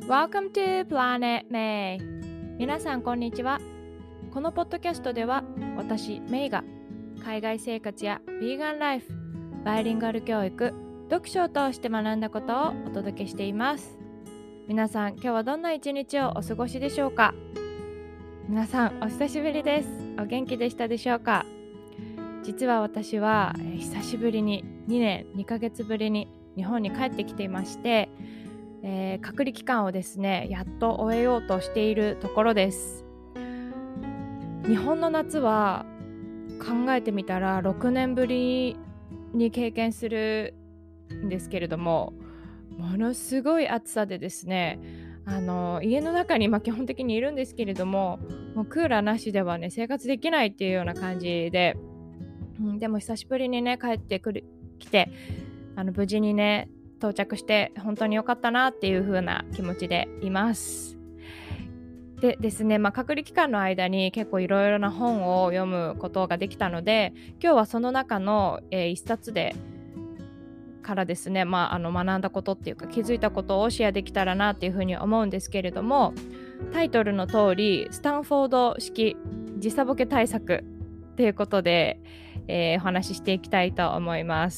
Welcome to Planet May。 皆さんこんにちは。このポッドキャストでは私メイが海外生活やビーガンライフ、バイリンガル教育、読書を通して学んだことをお届けしています。皆さん今日はどんな一日をお過ごしでしょうか。皆さんお久しぶりです。お元気でしたでしょうか。実は私は久しぶりに2年2ヶ月ぶりに日本に帰ってきていまして、隔離期間をですねやっと終えようとしているところです。日本の夏は考えてみたら6年ぶりに経験するんですけれども、ものすごい暑さでですね、家の中に基本的にいるんですけれども、もうクーラーなしではね生活できないっていうような感じで、でも久しぶりにね帰ってきて無事にね到着して本当に良かったなっていう風な気持ちでいます。でですね、隔離期間の間に結構いろいろな本を読むことができたので、今日はその中の、一冊からですね、学んだことっていうか気づいたことをシェアできたらなっていう風に思うんですけれども、タイトルの通りスタンフォード式時差ボケ対策っていうことで、お話ししていきたいと思います。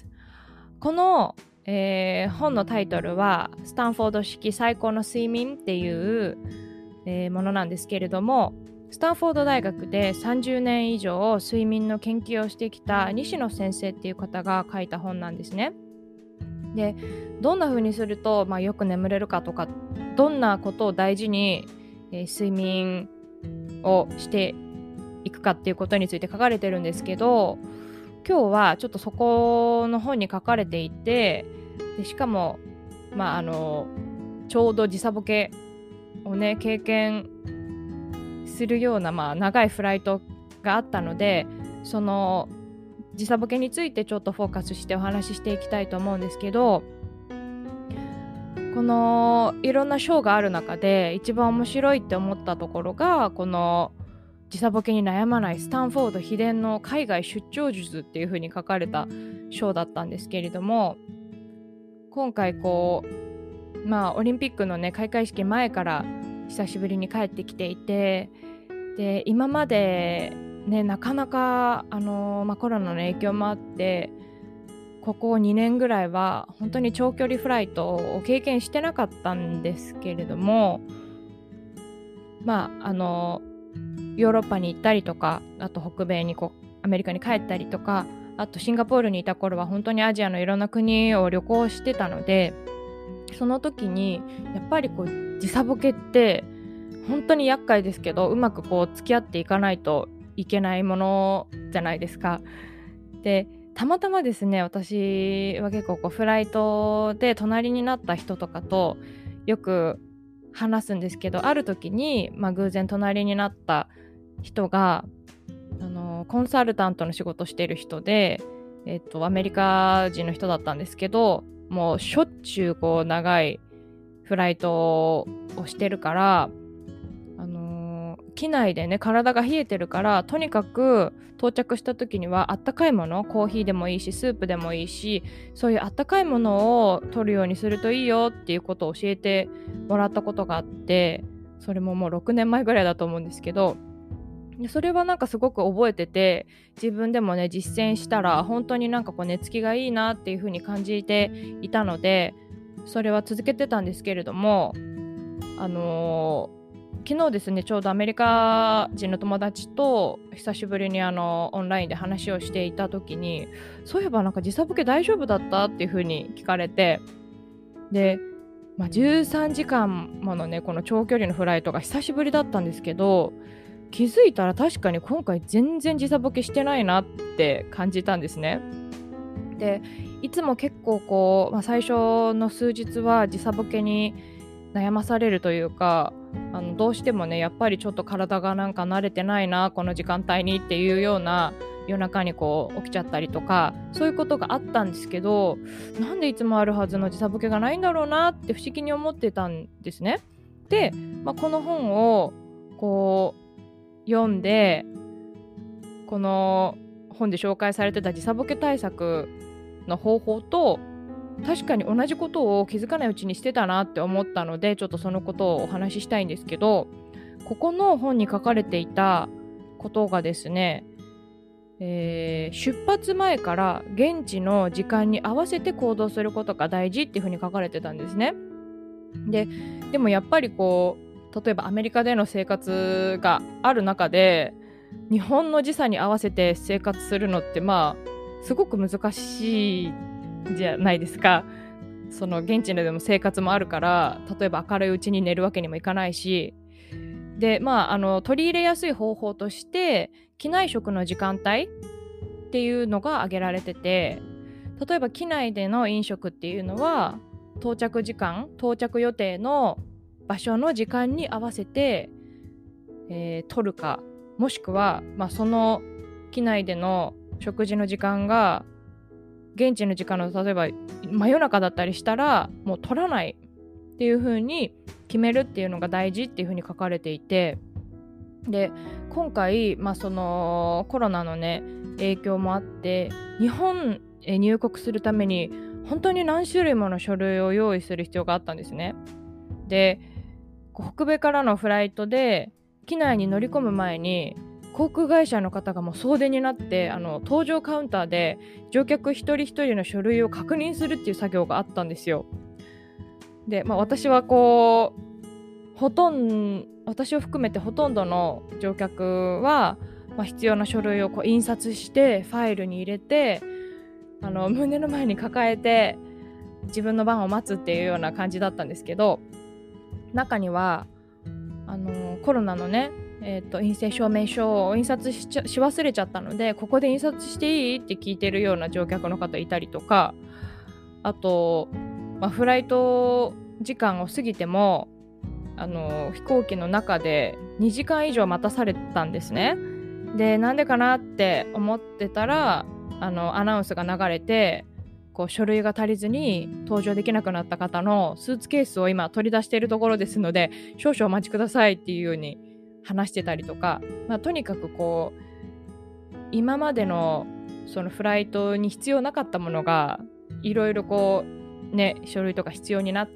この本のタイトルはスタンフォード式最高の睡眠っていう、ものなんですけれども、スタンフォード大学で30年以上睡眠の研究をしてきた西野先生っていう方が書いた本なんですね。で、どんな風にすると、よく眠れるかとか、どんなことを大事に、睡眠をしていくかっていうことについて書かれてるんですけど、今日はちょっとそこの本に書かれていて、でしかも、ちょうど時差ボケをね経験するような、長いフライトがあったので、その時差ボケについてちょっとフォーカスしてお話ししていきたいと思うんですけど、このいろんな章がある中で一番面白いって思ったところが、この時差ボケに悩まないスタンフォード秘伝の海外出張術っていう風に書かれた章だったんですけれども、今回オリンピックのね開会式前から久しぶりに帰ってきていて、で今までねなかなかコロナの影響もあってここ2年ぐらいは本当に長距離フライトを経験してなかったんですけれども、ヨーロッパに行ったりとか、あと北米にアメリカに帰ったりとか、あとシンガポールにいた頃は本当にアジアのいろんな国を旅行してたので、その時にやっぱり時差ボケって本当に厄介ですけど、うまく付き合っていかないといけないものじゃないですか。で、たまたまですね、私は結構フライトで隣になった人とかとよく話すんですけど、ある時に、偶然隣になった人がコンサルタントの仕事している人で、アメリカ人の人だったんですけど、もうしょっちゅう長いフライトをしてるから、機内でね体が冷えてるから、とにかく到着した時にはあったかいもの、コーヒーでもいいしスープでもいいし、そういうあったかいものを取るようにするといいよっていうことを教えてもらったことがあって、それももう6年前ぐらいだと思うんですけど、それはすごく覚えてて、自分でもね実践したら本当に寝つきがいいなっていう風に感じていたので、それは続けてたんですけれども、昨日ですね、ちょうどアメリカ人の友達と久しぶりにオンラインで話をしていた時に、そういえば時差ボケ大丈夫だったっていう風に聞かれて、で、13時間ものねこの長距離のフライトが久しぶりだったんですけど、気づいたら確かに今回全然時差ボケしてないなって感じたんですね。で、いつも結構最初の数日は時差ボケに悩まされるというか、どうしてもねやっぱりちょっと体が慣れてないなこの時間帯にっていうような、夜中に起きちゃったりとか、そういうことがあったんですけど、なんでいつもあるはずの時差ボケがないんだろうなって不思議に思ってたんですね。で、この本を読んで、この本で紹介されてた時差ボケ対策の方法と、 確かに同じことを気づかないうちにしてたなって思ったので、ちょっとそのことをお話ししたいんですけど、ここの本に書かれていたことがですね、出発前から現地の時間に合わせて行動することが大事っていうふうに書かれてたんですね。でもやっぱりこう、例えばアメリカでの生活がある中で日本の時差に合わせて生活するのってすごく難しいじゃないですか。その現地でも生活もあるから、例えば明るいうちに寝るわけにもいかないし、で取り入れやすい方法として機内食の時間帯っていうのが挙げられてて、例えば機内での飲食っていうのは到着予定の場所の時間に合わせて、取るか、もしくは、その機内での食事の時間が現地の時間の例えば真夜中だったりしたらもう取らないっていう風に決めるっていうのが大事っていう風に書かれていて、で今回、そのコロナのね影響もあって日本へ入国するために本当に何種類もの書類を用意する必要があったんですね。で北米からのフライトで機内に乗り込む前に航空会社の方がもう総出になって搭乗カウンターで乗客一人一人の書類を確認するっていう作業があったんですよ。で、私はこう私を含めてほとんどの乗客は、必要な書類をこう印刷してファイルに入れて胸の前に抱えて自分の番を待つっていうような感じだったんですけど、中にはコロナのね、陰性証明書を印刷し忘れちゃったのでここで印刷していいって聞いてるような乗客の方いたりとか、あと、フライト時間を過ぎても飛行機の中で2時間以上待たされたんですね。でなんでかなって思ってたらアナウンスが流れて、こう書類が足りずに搭乗できなくなった方のスーツケースを今取り出しているところですので少々お待ちくださいっていうように話してたりとか、とにかくこう今までのそのフライトに必要なかったものがいろいろこうね書類とか必要になって、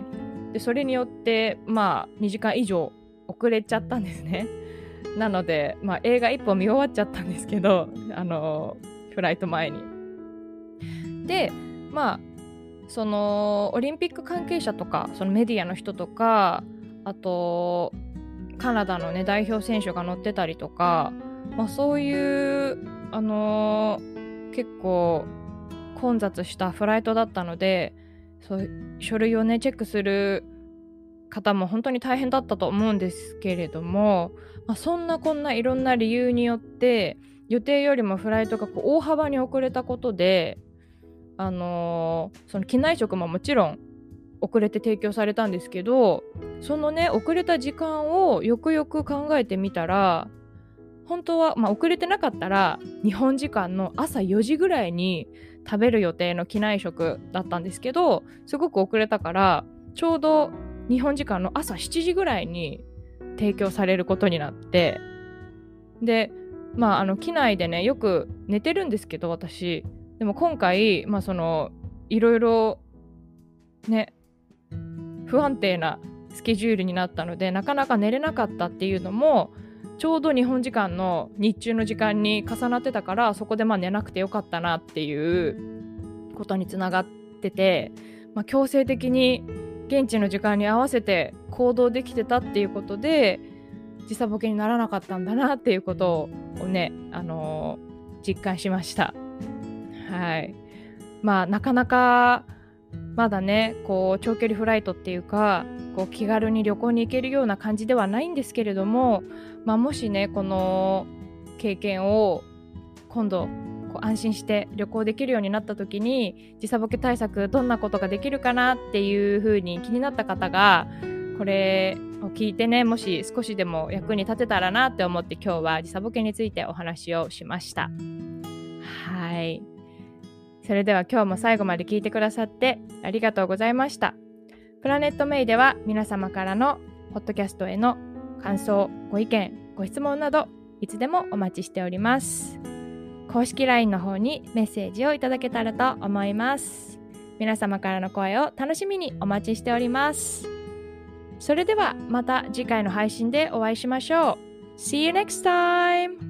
でそれによって2時間以上遅れちゃったんですね。なので映画1本見終わっちゃったんですけどフライト前に。でそのオリンピック関係者とかそのメディアの人とか、あとカナダのね代表選手が乗ってたりとか、そういう結構混雑したフライトだったので、そういう書類をねチェックする方も本当に大変だったと思うんですけれども、そんなこんないろんな理由によって予定よりもフライトがこう大幅に遅れたことで、その機内食ももちろん遅れて提供されたんですけど、そのね遅れた時間をよくよく考えてみたら、本当は、遅れてなかったら日本時間の朝4時ぐらいに食べる予定の機内食だったんですけど、すごく遅れたからちょうど日本時間の朝7時ぐらいに提供されることになって、で機内でねよく寝てるんですけど私でも今回そのいろいろね不安定なスケジュールになったのでなかなか寝れなかったっていうのもちょうど日本時間の日中の時間に重なってたから、そこで寝なくてよかったなっていうことにつながってて、強制的に現地の時間に合わせて行動できてたっていうことで時差ボケにならなかったんだなっていうことをね、実感しました。はい。なかなかまだねこう長距離フライトっていうかこう気軽に旅行に行けるような感じではないんですけれども、もしねこの経験を今度こう安心して旅行できるようになった時に時差ボケ対策どんなことができるかなっていう風に気になった方がこれを聞いてね、もし少しでも役に立てたらなって思って今日は時差ボケについてお話をしました。はい。それでは今日も最後まで聞いてくださってありがとうございました。プラネットメイでは皆様からのポッドキャストへの感想、ご意見、ご質問などいつでもお待ちしております。公式 LINE の方にメッセージをいただけたらと思います。 皆様からの声を楽しみにお待ちしております。それではまた次回の配信でお会いしましょう。See you next time!